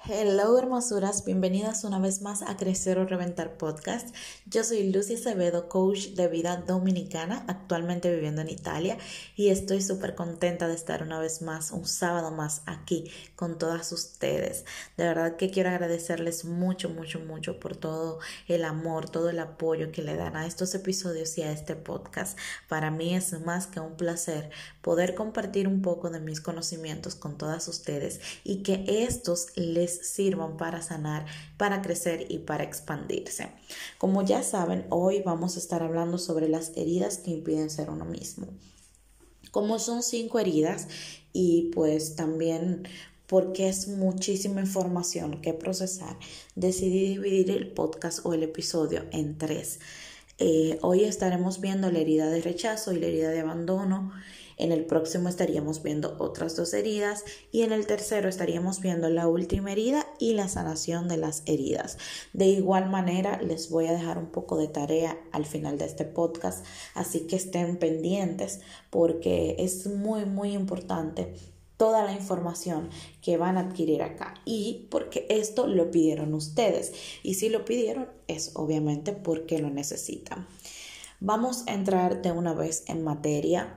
Hello hermosuras, bienvenidas una vez más a Crecer o Reventar Podcast. Yo soy Lucy Acevedo, coach de vida dominicana, actualmente viviendo en Italia y estoy súper contenta de estar una vez más, un sábado más aquí con todas ustedes. De verdad que quiero agradecerles mucho por todo el amor, todo el apoyo que le dan a estos episodios y a este podcast. Para mí es más que un placer poder compartir un poco de mis conocimientos con todas ustedes y que estos les sirvan para sanar, para crecer y para expandirse. Como ya saben, hoy vamos a estar hablando sobre las heridas que impiden ser uno mismo. Como son 5 heridas y pues también porque es muchísima información que procesar, decidí dividir el podcast o el episodio en 3. Hoy estaremos viendo la herida de rechazo y la herida de abandono. En el próximo estaríamos viendo otras 2 heridas y en el tercero estaríamos viendo la última herida y la sanación de las heridas. De igual manera les voy a dejar un poco de tarea al final de este podcast, así que estén pendientes porque es muy importante toda la información que van a adquirir acá y porque esto lo pidieron ustedes y si lo pidieron es obviamente porque lo necesitan. Vamos a entrar de una vez en materia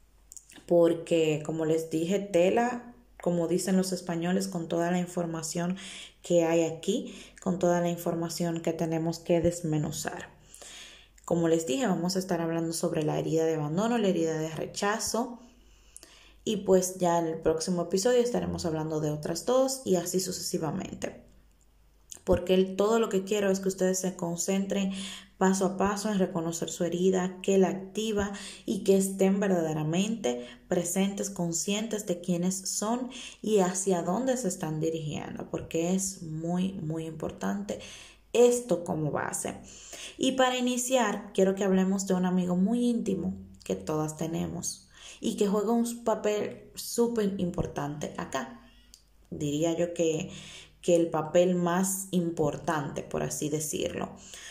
porque como les dije, tela, como dicen los españoles, con toda la información que hay aquí, con toda la información que tenemos que desmenuzar. Como les dije, vamos a estar hablando sobre la herida de abandono, la herida de rechazo y pues ya en el próximo episodio estaremos hablando de otras 2 y así sucesivamente. Porque todo lo que quiero es que ustedes se concentren paso a paso en reconocer su herida, qué la activa y que estén verdaderamente presentes, conscientes de quiénes son y hacia dónde se están dirigiendo, porque es muy importante esto como base. Y para iniciar, quiero que hablemos de un amigo muy íntimo que todas tenemos y que juega un papel súper importante acá. Diría yo que el papel más importante, por así decirlo,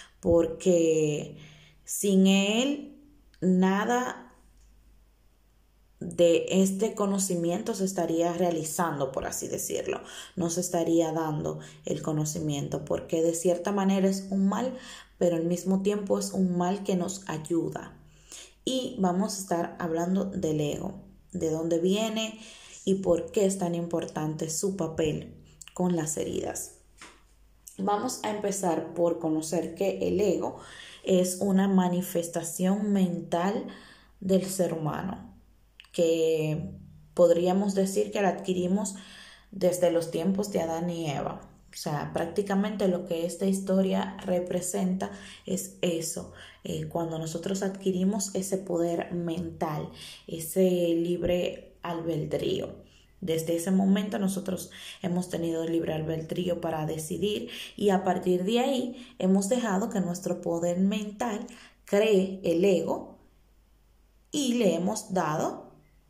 porque sin él nada de este conocimiento se estaría realizando, por así decirlo, no se estaría dando el conocimiento, porque de cierta manera es un mal, pero al mismo tiempo es un mal que nos ayuda. Y vamos a estar hablando del ego, de dónde viene y por qué es tan importante su papel con las heridas. Vamos a empezar por conocer que el ego es una manifestación mental del ser humano, que podríamos decir que la adquirimos desde los tiempos de Adán y Eva. O sea, prácticamente lo que esta historia representa es eso, cuando nosotros adquirimos ese poder mental, ese libre albedrío. Desde ese momento nosotros hemos tenido libre albedrío para decidir y a partir de ahí hemos dejado que nuestro poder mental cree el ego y le hemos dado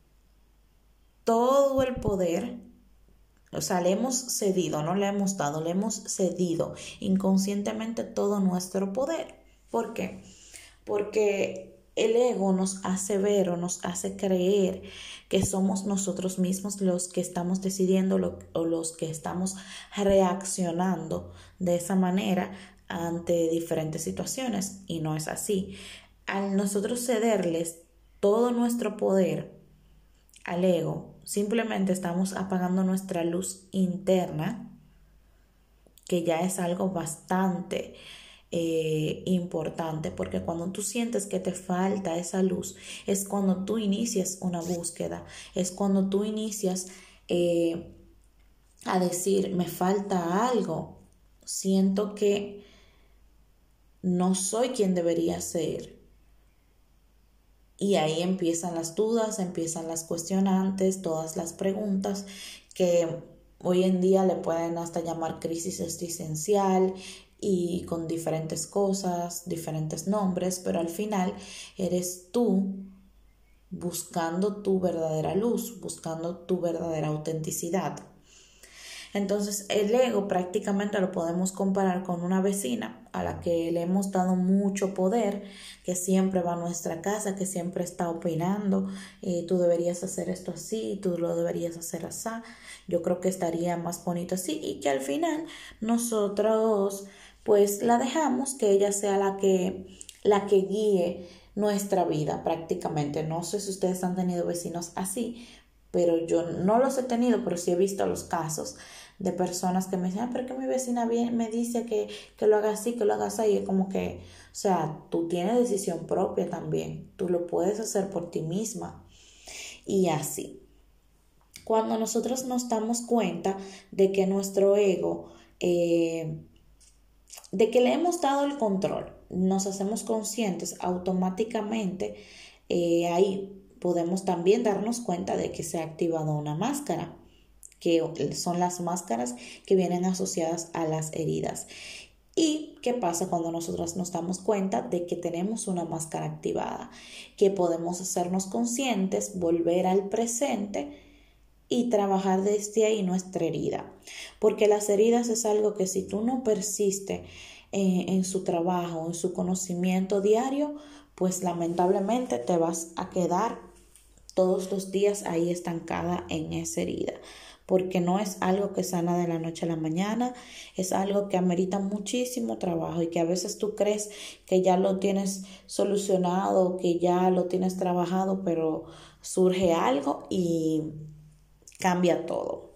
todo el poder. O sea, le hemos cedido, no le hemos dado, le hemos cedido inconscientemente todo nuestro poder. ¿Por qué? Porque el ego nos hace ver o nos hace creer que somos nosotros mismos los que estamos decidiendo o los que estamos reaccionando de esa manera ante diferentes situaciones y no es así. Al nosotros cederles todo nuestro poder al ego, simplemente estamos apagando nuestra luz interna, que ya es algo bastante importante, porque cuando tú sientes que te falta esa luz, es cuando tú inicias una búsqueda, es cuando tú inicias a decir, me falta algo, siento que no soy quien debería ser. Y ahí empiezan las dudas, empiezan las cuestionantes, todas las preguntas que hoy en día le pueden hasta llamar crisis existencial y con diferentes cosas, diferentes nombres, pero al final eres tú buscando tu verdadera luz, buscando tu verdadera autenticidad. Entonces el ego prácticamente lo podemos comparar con una vecina a la que le hemos dado mucho poder, que siempre va a nuestra casa, que siempre está opinando, tú deberías hacer esto así, tú lo deberías hacer así. Yo creo que estaría más bonito así y que al final nosotros pues la dejamos que ella sea la que guíe nuestra vida prácticamente. No sé si ustedes han tenido vecinos así, pero yo no los he tenido, pero sí he visto los casos de personas que me dicen, pero que mi vecina me dice que lo haga así, que lo haga así, y es como que, o sea, tú tienes decisión propia también, tú lo puedes hacer por ti misma y así. Cuando nosotros nos damos cuenta de que nuestro ego, de que le hemos dado el control, nos hacemos conscientes automáticamente, ahí podemos también darnos cuenta de que se ha activado una máscara, que son las máscaras que vienen asociadas a las heridas. ¿Y qué pasa cuando nosotros nos damos cuenta de que tenemos una máscara activada? Que podemos hacernos conscientes, volver al presente y trabajar desde ahí nuestra herida. Porque las heridas es algo que si tú no persistes en su trabajo, en su conocimiento diario, pues lamentablemente te vas a quedar todos los días ahí estancada en esa herida, porque no es algo que sana de la noche a la mañana, es algo que amerita muchísimo trabajo y que a veces tú crees que ya lo tienes solucionado, que ya lo tienes trabajado, pero surge algo y cambia todo.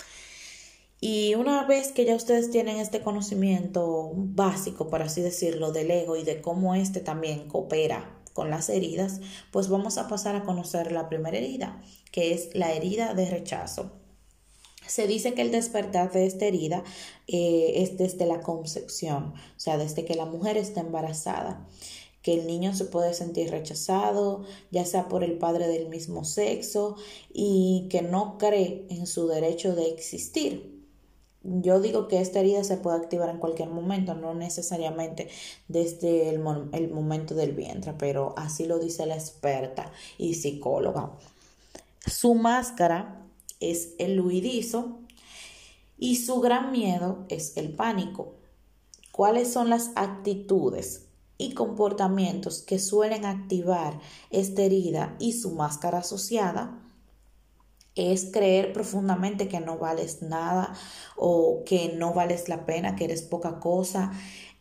Y una vez que ya ustedes tienen este conocimiento básico, por así decirlo, del ego y de cómo este también coopera con las heridas, pues vamos a pasar a conocer la primera herida, que es la herida de rechazo. Se dice que el despertar de esta herida es desde la concepción, o sea, desde que la mujer está embarazada, que el niño se puede sentir rechazado, ya sea por el padre del mismo sexo, y que no cree en su derecho de existir. Yo digo que esta herida se puede activar en cualquier momento, no necesariamente desde el momento del vientre, pero así lo dice la experta y psicóloga. Su máscara es el huidizo y su gran miedo es el pánico. ¿Cuáles son las actitudes y comportamientos que suelen activar esta herida y su máscara asociada? Es creer profundamente que no vales nada o que no vales la pena, que eres poca cosa,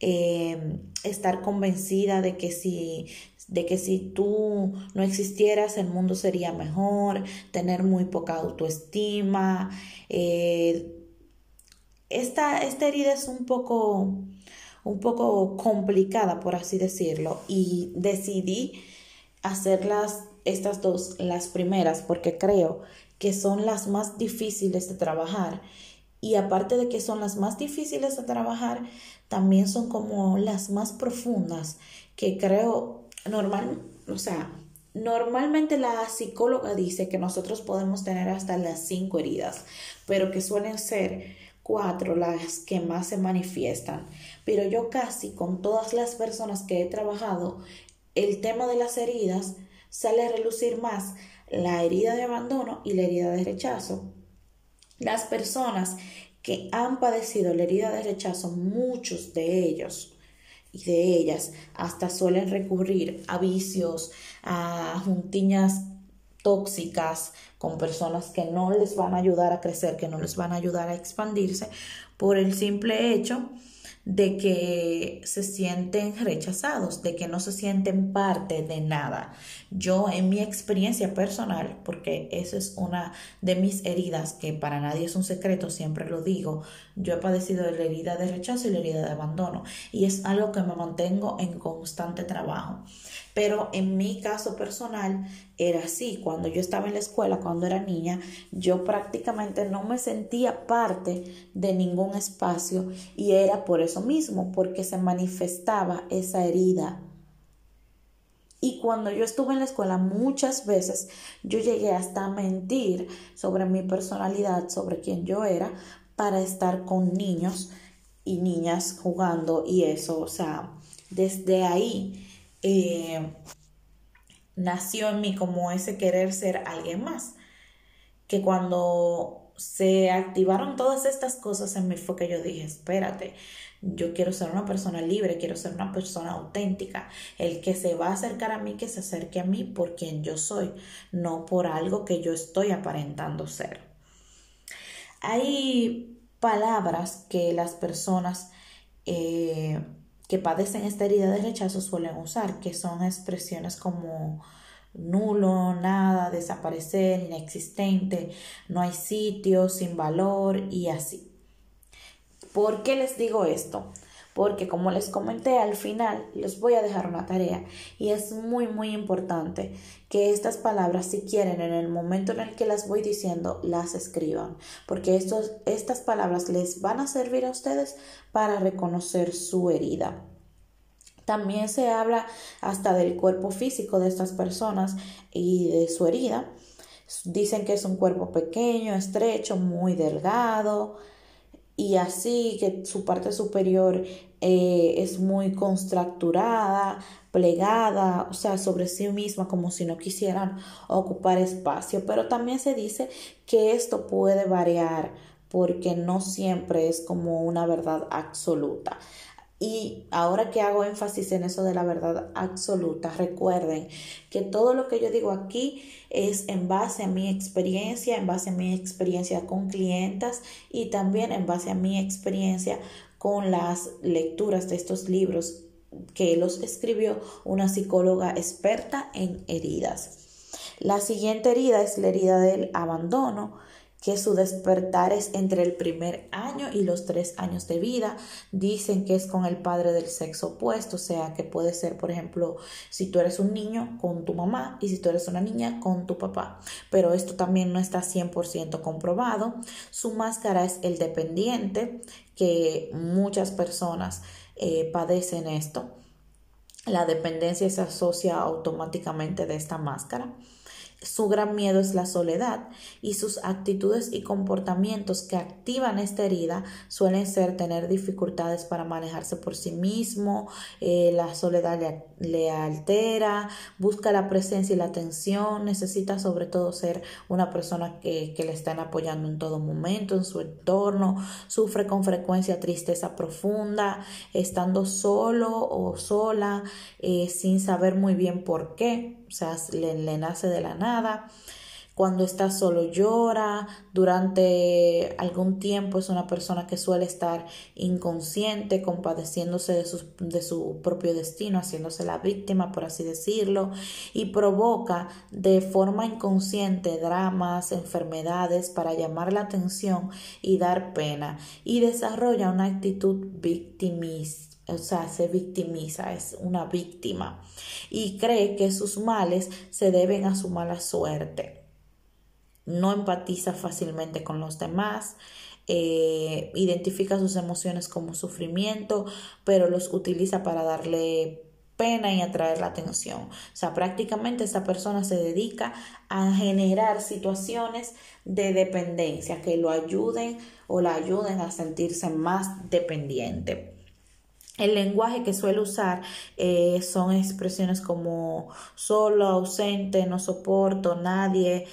estar convencida de que si tú no existieras el mundo sería mejor, tener muy poca autoestima. Esta herida es un poco complicada, por así decirlo, y decidí hacerlas estas dos, las primeras, porque creo que son las más difíciles de trabajar. Y aparte de que son las más difíciles de trabajar, también son como las más profundas, que creo normalmente la psicóloga dice que nosotros podemos tener hasta las 5 heridas, pero que suelen ser 4 las que más se manifiestan. Pero yo casi con todas las personas que he trabajado, el tema de las heridas sale a relucir más la herida de abandono y la herida de rechazo. Las personas que han padecido la herida de rechazo, muchos de ellos y de ellas hasta suelen recurrir a vicios, a juntiñas tóxicas con personas que no les van a ayudar a crecer, que no les van a ayudar a expandirse por el simple hecho de que se sienten rechazados, de que no se sienten parte de nada. Yo en mi experiencia personal, porque eso es una de mis heridas que para nadie es un secreto, siempre lo digo, yo he padecido de la herida de rechazo y la herida de abandono y es algo que me mantengo en constante trabajo. Pero en mi caso personal era así. Cuando yo estaba en la escuela, cuando era niña, yo prácticamente no me sentía parte de ningún espacio y era por eso mismo, porque se manifestaba esa herida. Y cuando yo estuve en la escuela muchas veces yo llegué hasta a mentir sobre mi personalidad, sobre quién yo era, para estar con niños y niñas jugando y eso, o sea, desde ahí nació en mí como ese querer ser alguien más, que cuando se activaron todas estas cosas en mí fue que yo dije, espérate, yo quiero ser una persona libre, quiero ser una persona auténtica. El que se va a acercar a mí, que se acerque a mí por quien yo soy, no por algo que yo estoy aparentando ser. Hay palabras que las personas que padecen esta herida de rechazo suelen usar, que son expresiones como nulo, nada, desaparecer, inexistente, no hay sitio, sin valor y así. ¿Por qué les digo esto? Porque como les comenté al final, les voy a dejar una tarea y es muy importante que estas palabras, si quieren, en el momento en el que las voy diciendo, las escriban, porque estas palabras les van a servir a ustedes para reconocer su herida. También se habla hasta del cuerpo físico de estas personas y de su herida. Dicen que es un cuerpo pequeño, estrecho, muy delgado, y así que su parte superior es muy contracturada, plegada, o sea, sobre sí misma, como si no quisieran ocupar espacio. Pero también se dice que esto puede variar porque no siempre es como una verdad absoluta. Y ahora que hago énfasis en eso de la verdad absoluta, recuerden que todo lo que yo digo aquí es en base a mi experiencia, en base a mi experiencia con clientas y también en base a mi experiencia con las lecturas de estos libros que los escribió una psicóloga experta en heridas. La siguiente herida es la herida del abandono, que su despertar es entre el primer año y los 3 años de vida. Dicen que es con el padre del sexo opuesto, o sea que puede ser, por ejemplo, si tú eres un niño con tu mamá y si tú eres una niña con tu papá, pero esto también no está 100% comprobado. Su máscara es el dependiente, que muchas personas padecen esto. La dependencia se asocia automáticamente de esta máscara. Su gran miedo es la soledad y sus actitudes y comportamientos que activan esta herida suelen ser tener dificultades para manejarse por sí mismo, la soledad le altera, busca la presencia y la atención, necesita sobre todo ser una persona que le estén apoyando en todo momento en su entorno, sufre con frecuencia tristeza profunda, estando solo o sola, sin saber muy bien por qué, o sea, le nace de la nada. Cuando está solo llora, durante algún tiempo es una persona que suele estar inconsciente, compadeciéndose de su propio destino, haciéndose la víctima, por así decirlo, y provoca de forma inconsciente dramas, enfermedades para llamar la atención y dar pena, y desarrolla una actitud victimista. O sea, se victimiza, es una víctima y cree que sus males se deben a su mala suerte. No empatiza fácilmente con los demás, identifica sus emociones como sufrimiento, pero los utiliza para darle pena y atraer la atención. O sea, prácticamente esa persona se dedica a generar situaciones de dependencia que lo ayuden o la ayuden a sentirse más dependiente. El lenguaje que suele usar son expresiones como solo, ausente, no soporto, nadie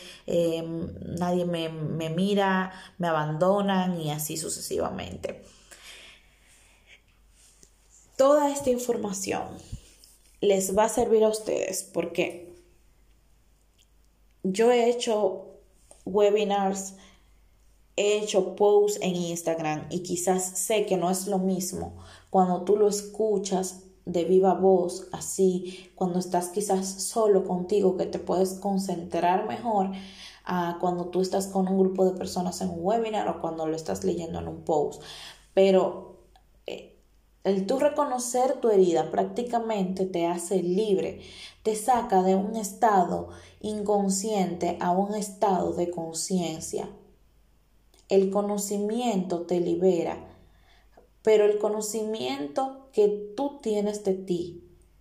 me mira, me abandonan y así sucesivamente. Toda esta información les va a servir a ustedes porque yo he hecho webinars, he hecho posts en Instagram y quizás sé que no es lo mismo cuando tú lo escuchas de viva voz, así, cuando estás quizás solo contigo, que te puedes concentrar mejor a cuando tú estás con un grupo de personas en un webinar o cuando lo estás leyendo en un post. Pero el tú reconocer tu herida prácticamente te hace libre, te saca de un estado inconsciente a un estado de conciencia. El conocimiento te libera, pero el conocimiento que tú tienes de ti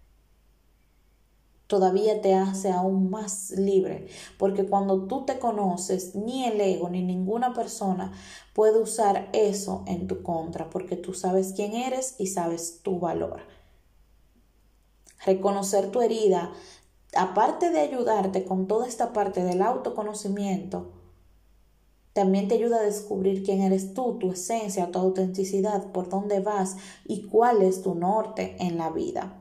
todavía te hace aún más libre, porque cuando tú te conoces, ni el ego ni ninguna persona puede usar eso en tu contra, porque tú sabes quién eres y sabes tu valor. Reconocer tu herida, aparte de ayudarte con toda esta parte del autoconocimiento, También te ayuda a descubrir quién eres tú, tu esencia, tu autenticidad, por dónde vas y cuál es tu norte en la vida.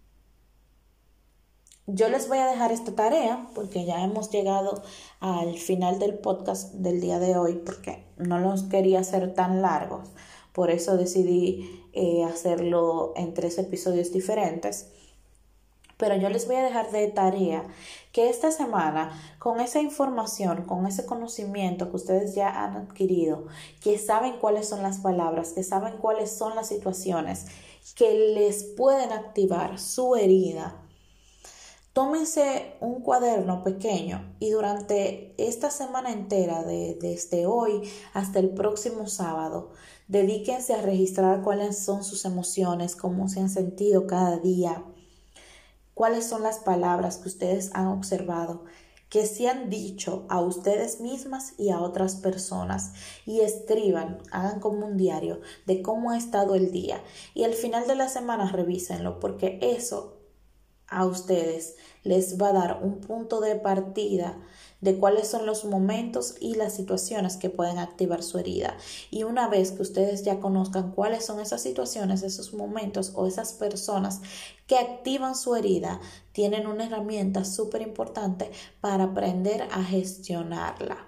Yo les voy a dejar esta tarea porque ya hemos llegado al final del podcast del día de hoy porque no los quería hacer tan largos. Por eso decidí hacerlo en 3 episodios diferentes. Pero yo les voy a dejar de tarea que esta semana, con esa información, con ese conocimiento que ustedes ya han adquirido, que saben cuáles son las palabras, que saben cuáles son las situaciones que les pueden activar su herida, tómense un cuaderno pequeño y durante esta semana entera, desde hoy hasta el próximo sábado, dedíquense a registrar cuáles son sus emociones, cómo se han sentido cada día, cuáles son las palabras que ustedes han observado, que se han dicho a ustedes mismas y a otras personas, y escriban, hagan como un diario de cómo ha estado el día y al final de la semana revísenlo porque eso a ustedes les va a dar un punto de partida de cuáles son los momentos y las situaciones que pueden activar su herida. Y una vez que ustedes ya conozcan cuáles son esas situaciones, esos momentos o esas personas que activan su herida, tienen una herramienta súper importante para aprender a gestionarla.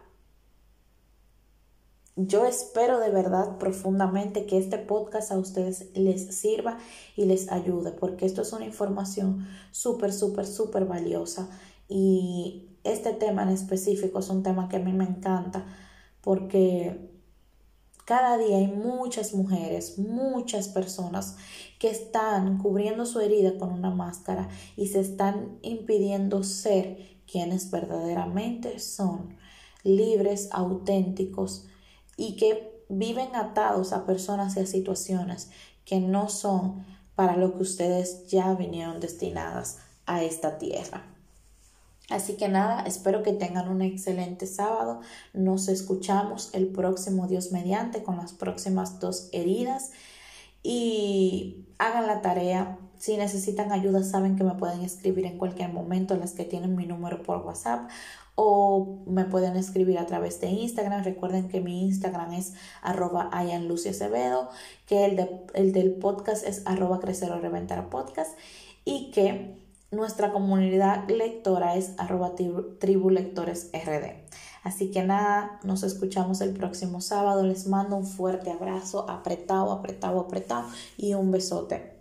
Yo espero de verdad profundamente que este podcast a ustedes les sirva y les ayude, porque esto es una información súper, súper, súper valiosa. Y este tema en específico es un tema que a mí me encanta, porque cada día hay muchas mujeres, muchas personas que están cubriendo su herida con una máscara y se están impidiendo ser quienes verdaderamente son, libres, auténticos, y que viven atados a personas y a situaciones que no son para lo que ustedes ya vinieron destinadas a esta tierra. Así que nada, espero que tengan un excelente sábado. Nos escuchamos el próximo Dios mediante con las próximas 2 heridas y hagan la tarea. Si necesitan ayuda, saben que me pueden escribir en cualquier momento, las que tienen mi número por WhatsApp, o me pueden escribir a través de Instagram. Recuerden que mi Instagram es @IamLucyAcevedo, que el del podcast es @crecer_o_reventar_podcast y que nuestra comunidad lectora es @tribulectoresrd. Así que nada, nos escuchamos el próximo sábado. Les mando un fuerte abrazo, apretado, apretado, apretado y un besote.